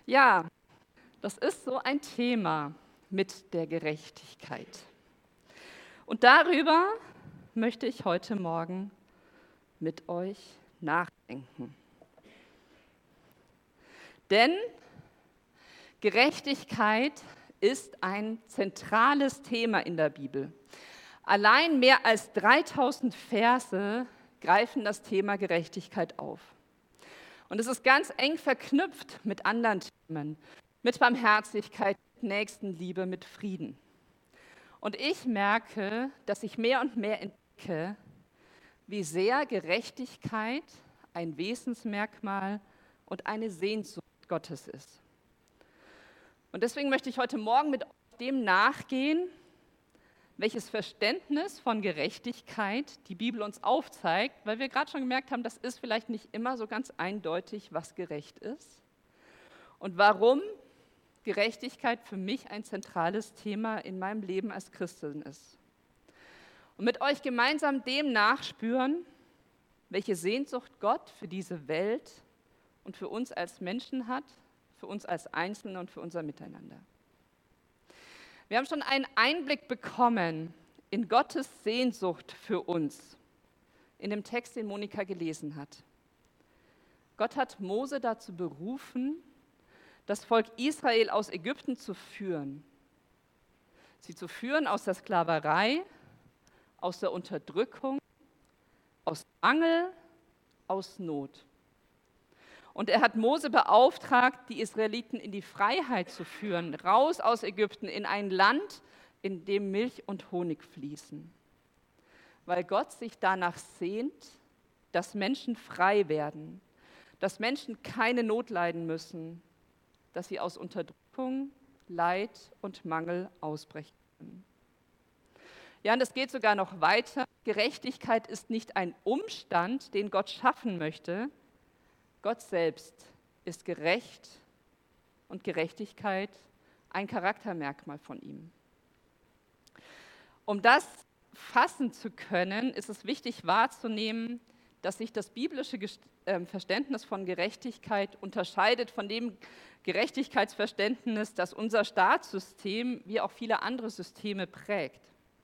Ja, das ist so ein Thema mit der Gerechtigkeit. Und darüber möchte ich heute Morgen mit euch nachdenken. Denn Gerechtigkeit ist ein zentrales Thema in der Bibel. Allein mehr als 3000 Verse greifen das Thema Gerechtigkeit auf. Und es ist ganz eng verknüpft mit anderen Themen, mit Barmherzigkeit, mit Nächstenliebe, mit Frieden. Und ich merke, dass ich mehr und mehr entdecke, wie sehr Gerechtigkeit ein Wesensmerkmal und eine Sehnsucht Gottes ist. Und deswegen möchte ich heute Morgen mit dem nachgehen, welches Verständnis von Gerechtigkeit die Bibel uns aufzeigt, weil wir gerade schon gemerkt haben, das ist vielleicht nicht immer so ganz eindeutig, was gerecht ist. Und warum Gerechtigkeit für mich ein zentrales Thema in meinem Leben als Christin ist. Und mit euch gemeinsam dem nachspüren, welche Sehnsucht Gott für diese Welt und für uns als Menschen hat, für uns als Einzelne und für unser Miteinander. Wir haben schon einen Einblick bekommen in Gottes Sehnsucht für uns, in dem Text, den Monika gelesen hat. Gott hat Mose dazu berufen, das Volk Israel aus Ägypten zu führen. Sie zu führen aus der Sklaverei, aus der Unterdrückung, aus Mangel, aus Not. Und er hat Mose beauftragt, die Israeliten in die Freiheit zu führen, raus aus Ägypten in ein Land, in dem Milch und Honig fließen. Weil Gott sich danach sehnt, dass Menschen frei werden, dass Menschen keine Not leiden müssen, dass sie aus Unterdrückung, Leid und Mangel ausbrechen können. Ja, und es geht sogar noch weiter. Gerechtigkeit ist nicht ein Umstand, den Gott schaffen möchte. Gott selbst ist gerecht und Gerechtigkeit ein Charaktermerkmal von ihm. Um das fassen zu können, ist es wichtig wahrzunehmen, dass sich das biblische Verständnis von Gerechtigkeit unterscheidet von dem Gerechtigkeitsverständnis, das unser Staatssystem wie auch viele andere Systeme prägt.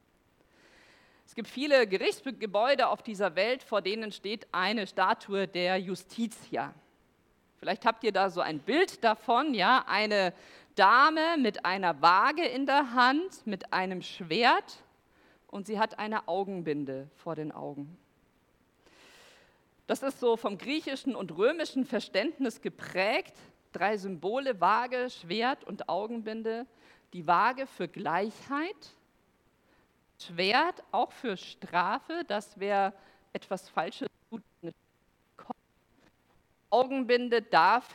Es gibt viele Gerichtsgebäude auf dieser Welt, vor denen steht eine Statue der Justitia. Vielleicht habt ihr da so ein Bild davon, ja, eine Dame mit einer Waage in der Hand, mit einem Schwert und sie hat eine Augenbinde vor den Augen. Das ist so vom griechischen und römischen Verständnis geprägt. 3 Symbole, Waage, Schwert und Augenbinde. Die Waage für Gleichheit. Schwert auch für Strafe, dass wer etwas Falsches tut, eine Strafe. Augenbinde dafür,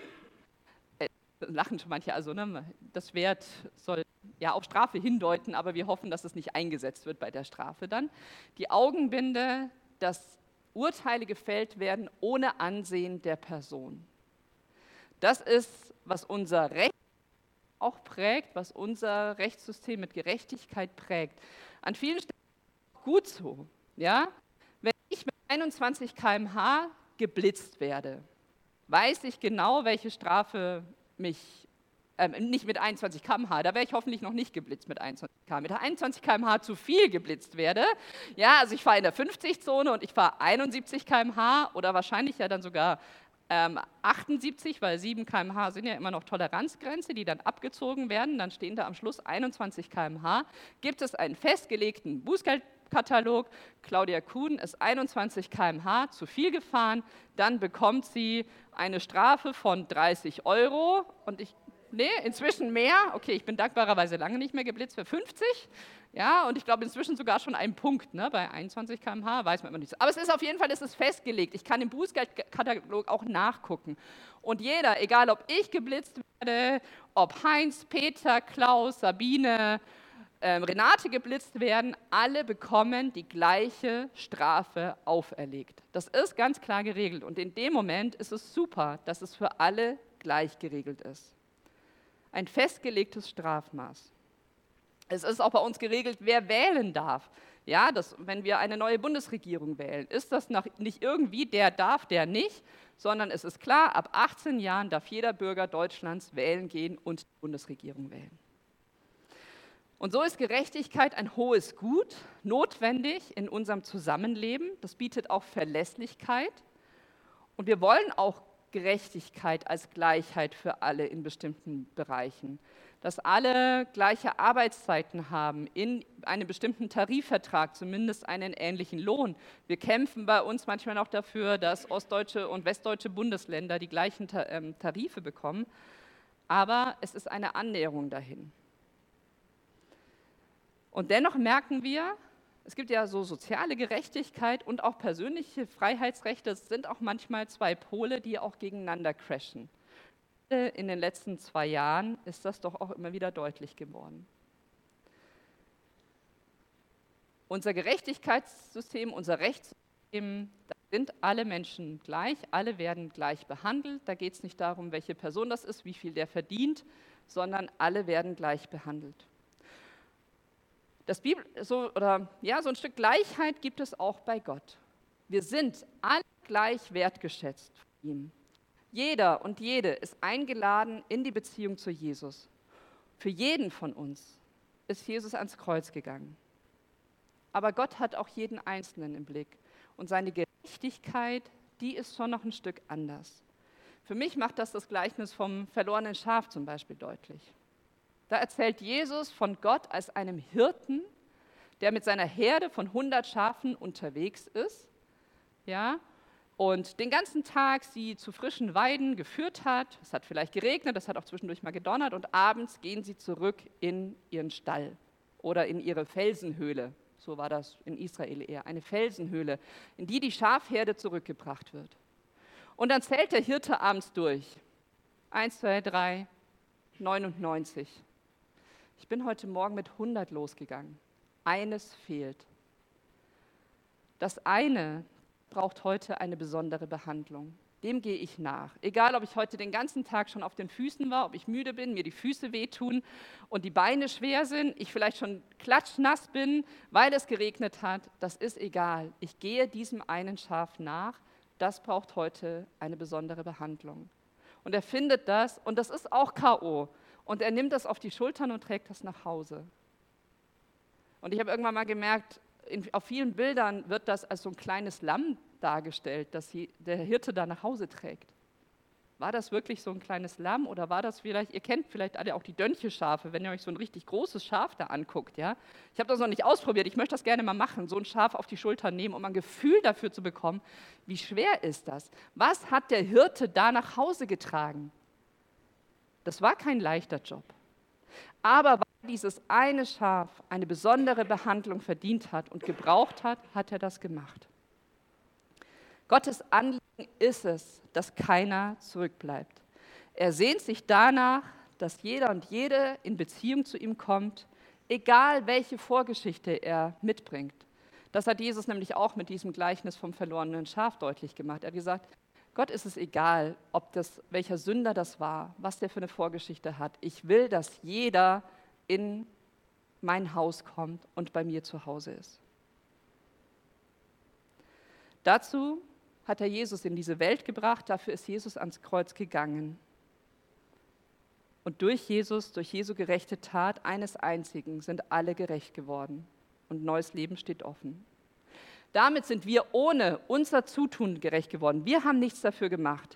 lachen schon manche, also ne, das Schwert soll ja auf Strafe hindeuten, aber wir hoffen, dass es nicht eingesetzt wird bei der Strafe dann. Die Augenbinde, dass Urteile gefällt werden ohne Ansehen der Person. Das ist, was unser Recht auch prägt, was unser Rechtssystem mit Gerechtigkeit prägt. An vielen Stellen gut so. Ja? Wenn ich mit 21 km/h geblitzt werde, weiß ich genau, welche Strafe mich, nicht mit 21 km/h, da wäre ich hoffentlich noch nicht geblitzt mit 21 km/h. Mit 21 km/h zu viel geblitzt werde, ja, also ich fahre in der 50-Zone und ich fahre 71 km/h oder wahrscheinlich ja dann sogar 78, weil 7 km/h sind ja immer noch Toleranzgrenze, die dann abgezogen werden, dann stehen da am Schluss 21 km/h, gibt es einen festgelegten Bußgeldkatalog. Claudia Kuhn ist 21 km/h zu viel gefahren, dann bekommt sie eine Strafe von 30 € und inzwischen mehr, okay, ich bin dankbarerweise lange nicht mehr geblitzt, für 50, ja, und ich glaube inzwischen sogar schon einen Punkt, ne, bei 21 km/h, weiß man immer nicht so. Aber es ist auf jeden Fall, es ist festgelegt, ich kann im Bußgeldkatalog auch nachgucken. Und jeder, egal ob ich geblitzt werde, ob Heinz, Peter, Klaus, Sabine, Renate geblitzt werden, alle bekommen die gleiche Strafe auferlegt. Das ist ganz klar geregelt und in dem Moment ist es super, dass es für alle gleich geregelt ist. Ein festgelegtes Strafmaß. Es ist auch bei uns geregelt, wer wählen darf. Ja, wenn wir eine neue Bundesregierung wählen, ist das nicht irgendwie, der darf, der nicht, sondern es ist klar, ab 18 Jahren darf jeder Bürger Deutschlands wählen gehen und die Bundesregierung wählen. Und so ist Gerechtigkeit ein hohes Gut, notwendig in unserem Zusammenleben. Das bietet auch Verlässlichkeit. Und wir wollen auch Gerechtigkeit als Gleichheit für alle in bestimmten Bereichen. Dass alle gleiche Arbeitszeiten haben, in einem bestimmten Tarifvertrag zumindest einen ähnlichen Lohn. Wir kämpfen bei uns manchmal auch dafür, dass ostdeutsche und westdeutsche Bundesländer die gleichen Tarife bekommen. Aber es ist eine Annäherung dahin. Und dennoch merken wir, es gibt ja so soziale Gerechtigkeit und auch persönliche Freiheitsrechte. Es sind auch manchmal zwei Pole, die auch gegeneinander crashen. In den letzten 2 Jahren ist das doch auch immer wieder deutlich geworden. Unser Gerechtigkeitssystem, unser Rechtssystem, da sind alle Menschen gleich, alle werden gleich behandelt. Da geht es nicht darum, welche Person das ist, wie viel der verdient, sondern alle werden gleich behandelt. So ein Stück Gleichheit gibt es auch bei Gott. Wir sind alle gleich wertgeschätzt von ihm. Jeder und jede ist eingeladen in die Beziehung zu Jesus. Für jeden von uns ist Jesus ans Kreuz gegangen. Aber Gott hat auch jeden Einzelnen im Blick. Und seine Gerechtigkeit, die ist schon noch ein Stück anders. Für mich macht das Gleichnis vom verlorenen Schaf zum Beispiel deutlich. Da erzählt Jesus von Gott als einem Hirten, der mit seiner Herde von 100 Schafen unterwegs ist, ja, und den ganzen Tag sie zu frischen Weiden geführt hat. Es hat vielleicht geregnet, es hat auch zwischendurch mal gedonnert und abends gehen sie zurück in ihren Stall oder in ihre Felsenhöhle. So war das in Israel eher, eine Felsenhöhle, in die Schafherde zurückgebracht wird. Und dann zählt der Hirte abends durch. 1, 2, 3, 99. Ich bin heute Morgen mit 100 losgegangen. Eines fehlt. Das eine braucht heute eine besondere Behandlung. Dem gehe ich nach. Egal, ob ich heute den ganzen Tag schon auf den Füßen war, ob ich müde bin, mir die Füße wehtun und die Beine schwer sind, ich vielleicht schon klatschnass bin, weil es geregnet hat, das ist egal. Ich gehe diesem einen Schaf nach. Das braucht heute eine besondere Behandlung. Und er findet das und das ist auch K.O. Und er nimmt das auf die Schultern und trägt das nach Hause. Und ich habe irgendwann mal gemerkt, auf vielen Bildern wird das als so ein kleines Lamm dargestellt, das der Hirte da nach Hause trägt. War das wirklich so ein kleines Lamm oder war das vielleicht, ihr kennt vielleicht alle auch die Dönche-Schafe, wenn ihr euch so ein richtig großes Schaf da anguckt, ja? Ich habe das noch nicht ausprobiert, ich möchte das gerne mal machen, so ein Schaf auf die Schulter nehmen, um ein Gefühl dafür zu bekommen, wie schwer ist das? Was hat der Hirte da nach Hause getragen? Das war kein leichter Job. Aber weil dieses eine Schaf eine besondere Behandlung verdient hat und gebraucht hat, hat er das gemacht. Gottes Anliegen ist es, dass keiner zurückbleibt. Er sehnt sich danach, dass jeder und jede in Beziehung zu ihm kommt, egal welche Vorgeschichte er mitbringt. Das hat Jesus nämlich auch mit diesem Gleichnis vom verlorenen Schaf deutlich gemacht. Er hat gesagt, Gott ist es egal, welcher Sünder das war, was der für eine Vorgeschichte hat. Ich will, dass jeder in mein Haus kommt und bei mir zu Hause ist. Dazu hat er Jesus in diese Welt gebracht, dafür ist Jesus ans Kreuz gegangen. Und durch Jesu gerechte Tat eines Einzigen sind alle gerecht geworden und neues Leben steht offen. Damit sind wir ohne unser Zutun gerecht geworden. Wir haben nichts dafür gemacht.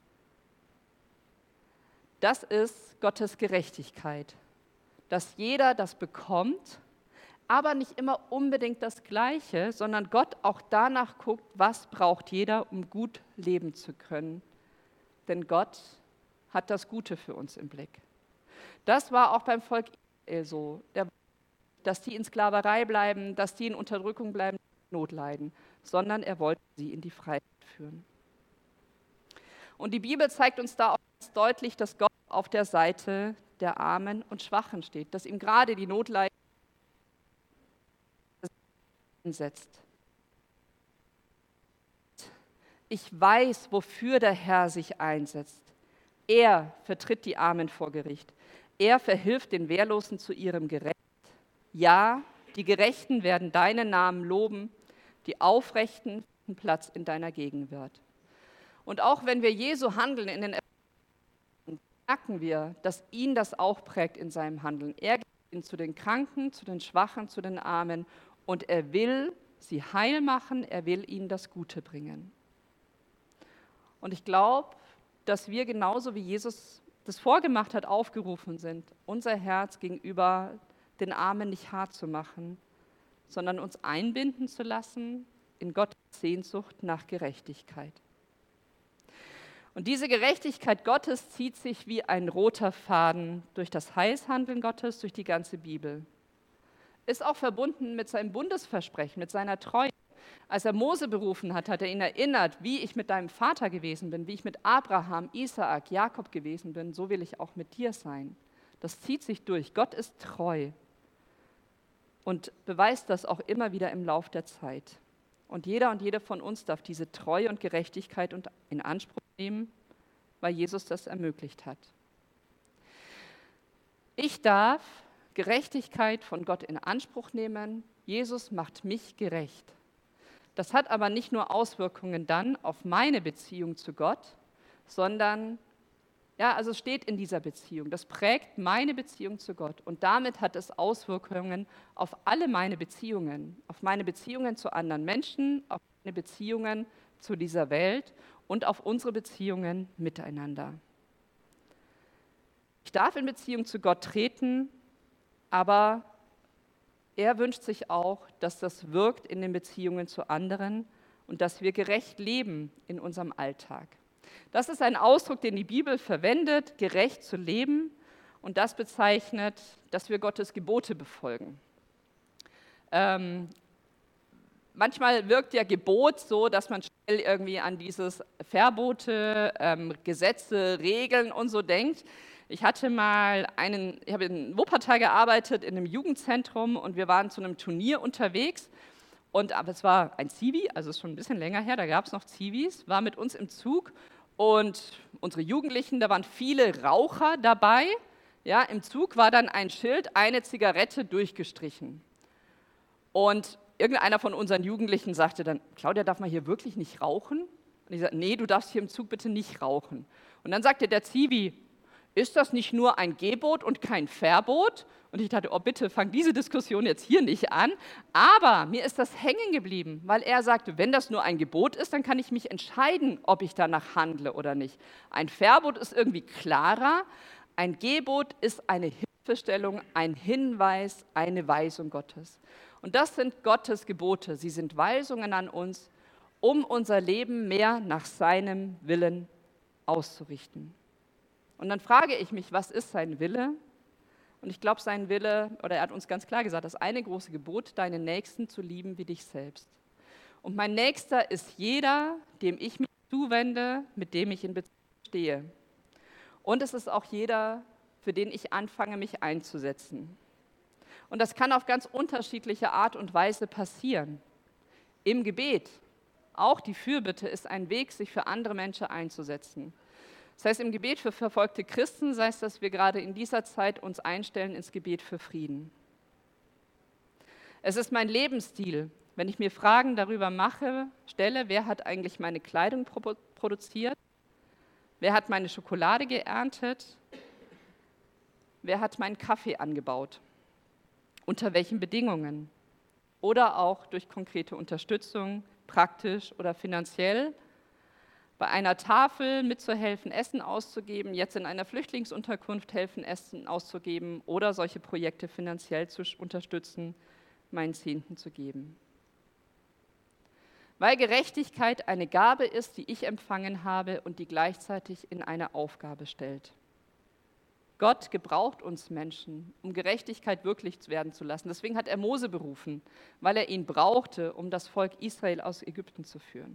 Das ist Gottes Gerechtigkeit, dass jeder das bekommt, aber nicht immer unbedingt das Gleiche, sondern Gott auch danach guckt, was braucht jeder, um gut leben zu können. Denn Gott hat das Gute für uns im Blick. Das war auch beim Volk Israel so, dass die in Sklaverei bleiben, dass die in Unterdrückung bleiben, Not leiden, sondern er wollte sie in die Freiheit führen. Und die Bibel zeigt uns da auch ganz deutlich, dass Gott auf der Seite der Armen und Schwachen steht, dass ihm gerade die Notleiden einsetzt. Ich weiß, wofür der Herr sich einsetzt. Er vertritt die Armen vor Gericht. Er verhilft den Wehrlosen zu ihrem Gerecht. Ja, die Gerechten werden deinen Namen loben, die Aufrechten finden Platz in deiner Gegenwart. Und auch wenn wir Jesu Handeln in den Evangelien merken wir, dass ihn das auch prägt in seinem Handeln. Er geht zu den Kranken, zu den Schwachen, zu den Armen und er will sie heil machen, er will ihnen das Gute bringen. Und ich glaube, dass wir genauso wie Jesus das vorgemacht hat, aufgerufen sind, unser Herz gegenüber den Armen nicht hart zu machen, sondern uns einbinden zu lassen in Gottes Sehnsucht nach Gerechtigkeit. Und diese Gerechtigkeit Gottes zieht sich wie ein roter Faden durch das Heilshandeln Gottes, durch die ganze Bibel. Ist auch verbunden mit seinem Bundesversprechen, mit seiner Treue. Als er Mose berufen hat, hat er ihn erinnert, wie ich mit deinem Vater gewesen bin, wie ich mit Abraham, Isaak, Jakob gewesen bin, so will ich auch mit dir sein. Das zieht sich durch. Gott ist treu und beweist das auch immer wieder im Lauf der Zeit. Und jede von uns darf diese Treue und Gerechtigkeit in Anspruch nehmen, weil Jesus das ermöglicht hat. Ich darf Gerechtigkeit von Gott in Anspruch nehmen. Jesus macht mich gerecht. Das hat aber nicht nur Auswirkungen dann auf meine Beziehung zu Gott, sondern, es steht in dieser Beziehung. Das prägt meine Beziehung zu Gott und damit hat es Auswirkungen auf alle meine Beziehungen zu anderen Menschen, auf meine Beziehungen zu dieser Welt und auf unsere Beziehungen miteinander. Ich darf in Beziehung zu Gott treten, aber er wünscht sich auch, dass das wirkt in den Beziehungen zu anderen und dass wir gerecht leben in unserem Alltag. Das ist ein Ausdruck, den die Bibel verwendet, gerecht zu leben, und das bezeichnet, dass wir Gottes Gebote befolgen. Manchmal wirkt ja Gebot so, dass man schnell irgendwie an dieses Verbote, Gesetze, Regeln und so denkt. Ich habe in Wuppertal gearbeitet, in einem Jugendzentrum, und wir waren zu einem Turnier unterwegs. Aber es war ein Zivi, also ist schon ein bisschen länger her, da gab es noch Zivis, war mit uns im Zug und unsere Jugendlichen, da waren viele Raucher dabei. Ja, im Zug war dann ein Schild, eine Zigarette durchgestrichen. Und irgendeiner von unseren Jugendlichen sagte dann, Claudia, darf man hier wirklich nicht rauchen? Und ich sagte, nee, du darfst hier im Zug bitte nicht rauchen. Und dann sagte der Zivi, ist das nicht nur ein Gebot und kein Verbot? Und ich dachte, oh bitte, fang diese Diskussion jetzt hier nicht an. Aber mir ist das hängen geblieben, weil er sagte, wenn das nur ein Gebot ist, dann kann ich mich entscheiden, ob ich danach handle oder nicht. Ein Verbot ist irgendwie klarer, ein Gebot ist eine Hilfestellung, ein Hinweis, eine Weisung Gottes. Und das sind Gottes Gebote, sie sind Weisungen an uns, um unser Leben mehr nach seinem Willen auszurichten. Und dann frage ich mich, was ist sein Wille? Und ich glaube, sein Wille, oder er hat uns ganz klar gesagt, das eine große Gebot, deinen Nächsten zu lieben wie dich selbst. Und mein Nächster ist jeder, dem ich mich zuwende, mit dem ich in Beziehung stehe. Und es ist auch jeder, für den ich anfange, mich einzusetzen. Und das kann auf ganz unterschiedliche Art und Weise passieren. Im Gebet, auch die Fürbitte ist ein Weg, sich für andere Menschen einzusetzen. Das heißt, im Gebet für verfolgte Christen, sei es, dass wir gerade in dieser Zeit uns einstellen ins Gebet für Frieden. Es ist mein Lebensstil, wenn ich mir Fragen darüber stelle, wer hat eigentlich meine Kleidung produziert, wer hat meine Schokolade geerntet, wer hat meinen Kaffee angebaut, unter welchen Bedingungen oder auch durch konkrete Unterstützung, praktisch oder finanziell, bei einer Tafel mitzuhelfen, Essen auszugeben, jetzt in einer Flüchtlingsunterkunft helfen, Essen auszugeben oder solche Projekte finanziell zu unterstützen, meinen Zehnten zu geben. Weil Gerechtigkeit eine Gabe ist, die ich empfangen habe und die gleichzeitig in eine Aufgabe stellt. Gott gebraucht uns Menschen, um Gerechtigkeit wirklich werden zu lassen. Deswegen hat er Mose berufen, weil er ihn brauchte, um das Volk Israel aus Ägypten zu führen.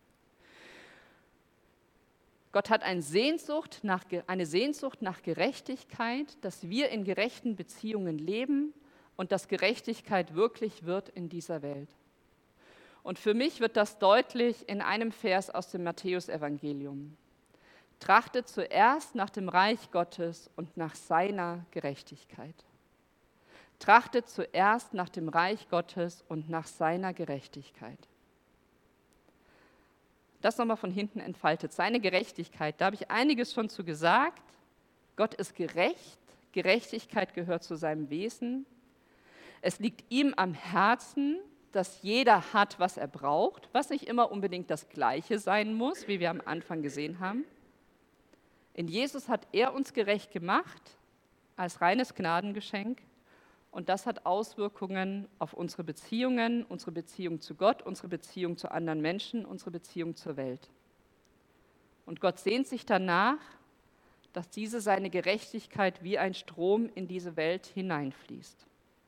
Gott hat eine Sehnsucht nach Gerechtigkeit, dass wir in gerechten Beziehungen leben und dass Gerechtigkeit wirklich wird in dieser Welt. Und für mich wird das deutlich in einem Vers aus dem Matthäusevangelium. Trachtet zuerst nach dem Reich Gottes und nach seiner Gerechtigkeit. Trachtet zuerst nach dem Reich Gottes und nach seiner Gerechtigkeit. das nochmal von hinten entfaltet. Seine Gerechtigkeit, da habe ich einiges schon zu gesagt. Gott ist gerecht, Gerechtigkeit gehört zu seinem Wesen. Es liegt ihm am Herzen, dass jeder hat, was er braucht, was nicht immer unbedingt das Gleiche sein muss, wie wir am Anfang gesehen haben. In Jesus hat er uns gerecht gemacht, als reines Gnadengeschenk. Und das hat Auswirkungen auf unsere Beziehungen, unsere Beziehung zu Gott, unsere Beziehung zu anderen Menschen, unsere Beziehung zur Welt. Und Gott sehnt sich danach, dass diese seine Gerechtigkeit wie ein Strom in diese Welt hineinfließt.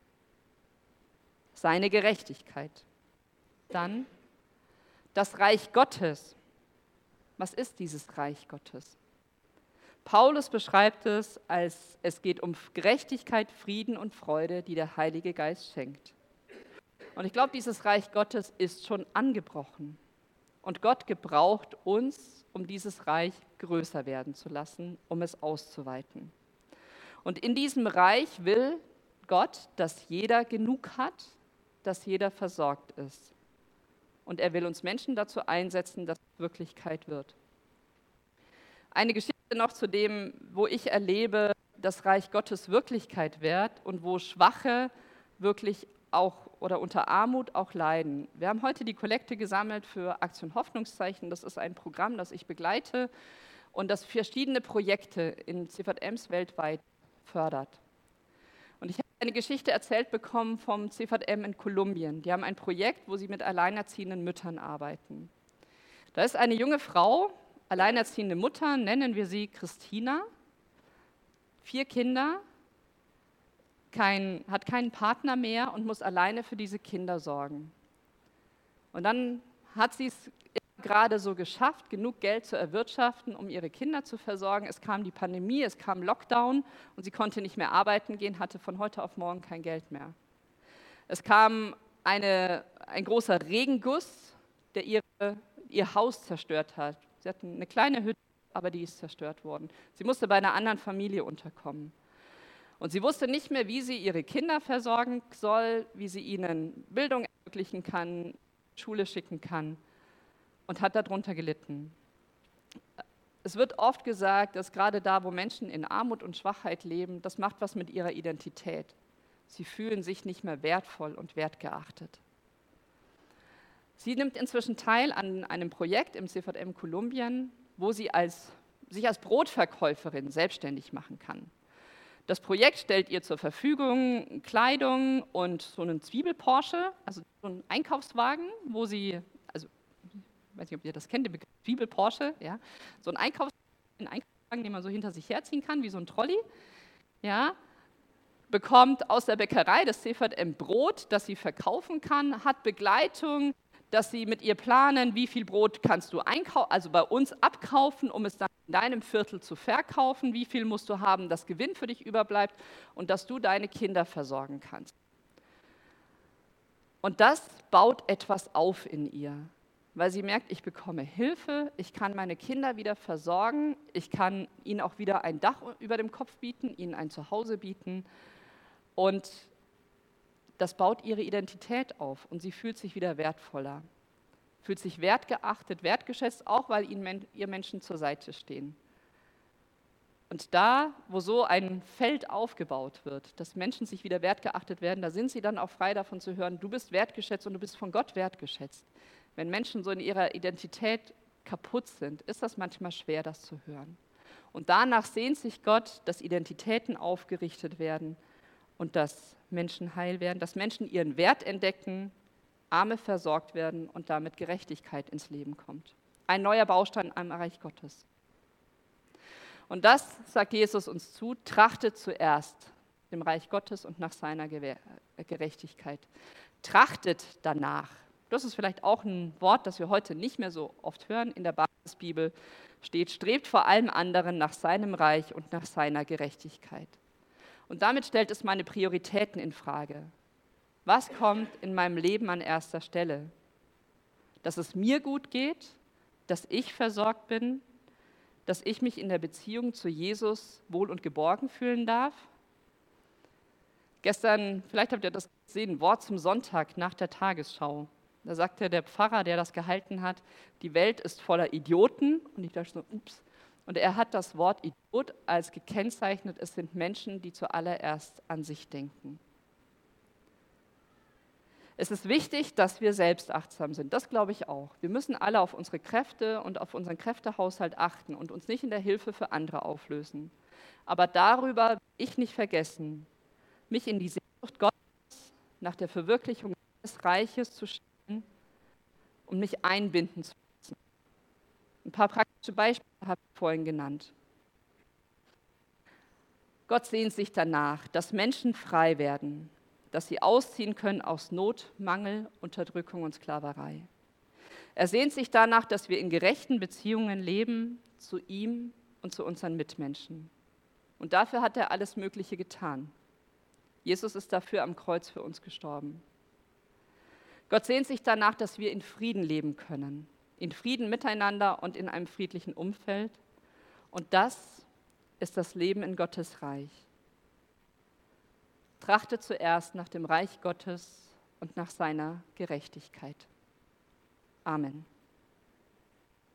Seine Gerechtigkeit. Dann das Reich Gottes. Was ist dieses Reich Gottes? Paulus beschreibt es als, es geht um Gerechtigkeit, Frieden und Freude, die der Heilige Geist schenkt. Und ich glaube, dieses Reich Gottes ist schon angebrochen. Und Gott gebraucht uns, um dieses Reich größer werden zu lassen, um es auszuweiten. Und in diesem Reich will Gott, dass jeder genug hat, dass jeder versorgt ist. Und er will uns Menschen dazu einsetzen, dass es Wirklichkeit wird. Eine Geschichte noch zu dem, wo ich erlebe, dass Reich Gottes Wirklichkeit wird und wo Schwache wirklich auch oder unter Armut auch leiden. Wir haben heute die Kollekte gesammelt für Aktion Hoffnungszeichen. Das ist ein Programm, das ich begleite und das verschiedene Projekte in CVMs weltweit fördert. Und ich habe eine Geschichte erzählt bekommen vom CVM in Kolumbien. Die haben ein Projekt, wo sie mit alleinerziehenden Müttern arbeiten. Da ist eine junge Frau, alleinerziehende Mutter, nennen wir sie Christina, 4 Kinder, hat keinen Partner mehr und muss alleine für diese Kinder sorgen. Und dann hat sie es gerade so geschafft, genug Geld zu erwirtschaften, um ihre Kinder zu versorgen. Es kam die Pandemie, es kam Lockdown und sie konnte nicht mehr arbeiten gehen, hatte von heute auf morgen kein Geld mehr. Es kam ein großer Regenguss, der ihr Haus zerstört hat. Sie hatten eine kleine Hütte, aber die ist zerstört worden. Sie musste bei einer anderen Familie unterkommen. Und sie wusste nicht mehr, wie sie ihre Kinder versorgen soll, wie sie ihnen Bildung ermöglichen kann, Schule schicken kann und hat darunter gelitten. Es wird oft gesagt, dass gerade da, wo Menschen in Armut und Schwachheit leben, das macht was mit ihrer Identität. Sie fühlen sich nicht mehr wertvoll und wertgeachtet. Sie nimmt inzwischen teil an einem Projekt im CVM Kolumbien, wo sie sich als Brotverkäuferin selbstständig machen kann. Das Projekt stellt ihr zur Verfügung Kleidung und so einen Zwiebel-Porsche, also so einen Einkaufswagen, wo sie, also ich weiß nicht, ob ihr das kennt, den Begriff Zwiebel-Porsche, ja, so einen Einkaufswagen, den man so hinter sich herziehen kann, wie so ein Trolley, ja, bekommt aus der Bäckerei des CVM Brot, das sie verkaufen kann, hat Begleitung, dass sie mit ihr planen, wie viel Brot kannst du also bei uns abkaufen, um es dann in deinem Viertel zu verkaufen, wie viel musst du haben, dass Gewinn für dich überbleibt und dass du deine Kinder versorgen kannst. Und das baut etwas auf in ihr, weil sie merkt, ich bekomme Hilfe, ich kann meine Kinder wieder versorgen, ich kann ihnen auch wieder ein Dach über dem Kopf bieten, ihnen ein Zuhause bieten und das baut ihre Identität auf und sie fühlt sich wieder wertvoller, fühlt sich wertgeachtet, wertgeschätzt, auch weil ihr Menschen zur Seite stehen. Und da, wo so ein Feld aufgebaut wird, dass Menschen sich wieder wertgeachtet werden, da sind sie dann auch frei davon zu hören, du bist wertgeschätzt und du bist von Gott wertgeschätzt. Wenn Menschen so in ihrer Identität kaputt sind, ist das manchmal schwer, das zu hören. Und danach sehnt sich Gott, dass Identitäten aufgerichtet werden und dass Menschen heil werden, dass Menschen ihren Wert entdecken, Arme versorgt werden und damit Gerechtigkeit ins Leben kommt. Ein neuer Baustein am Reich Gottes. Und das, sagt Jesus uns zu, trachtet zuerst dem Reich Gottes und nach seiner Gerechtigkeit. Trachtet danach. Das ist vielleicht auch ein Wort, das wir heute nicht mehr so oft hören. In der Basisbibel steht, strebt vor allem anderen nach seinem Reich und nach seiner Gerechtigkeit. Und damit stellt es meine Prioritäten in Frage. Was kommt in meinem Leben an erster Stelle? Dass es mir gut geht, dass ich versorgt bin, dass ich mich in der Beziehung zu Jesus wohl und geborgen fühlen darf? Gestern, vielleicht habt ihr das gesehen, Wort zum Sonntag nach der Tagesschau. Da sagte der Pfarrer, der das gehalten hat, die Welt ist voller Idioten. Und ich dachte so, ups. Und er hat das Wort Idiot als gekennzeichnet, es sind Menschen, die zuallererst an sich denken. Es ist wichtig, dass wir selbst achtsam sind. Das glaube ich auch. Wir müssen alle auf unsere Kräfte und auf unseren Kräftehaushalt achten und uns nicht in der Hilfe für andere auflösen. Aber darüber will ich nicht vergessen, mich in die Sehnsucht Gottes nach der Verwirklichung des Reiches zu stellen und mich einbinden zu lassen. Ein paar praktische Beispiele habe ich vorhin genannt. Gott sehnt sich danach, dass Menschen frei werden, dass sie ausziehen können aus Not, Mangel, Unterdrückung und Sklaverei. Er sehnt sich danach, dass wir in gerechten Beziehungen leben zu ihm und zu unseren Mitmenschen. Und dafür hat er alles Mögliche getan. Jesus ist dafür am Kreuz für uns gestorben. Gott sehnt sich danach, dass wir in Frieden leben können, in Frieden miteinander und in einem friedlichen Umfeld. Und das ist das Leben in Gottes Reich. Trachte zuerst nach dem Reich Gottes und nach seiner Gerechtigkeit. Amen.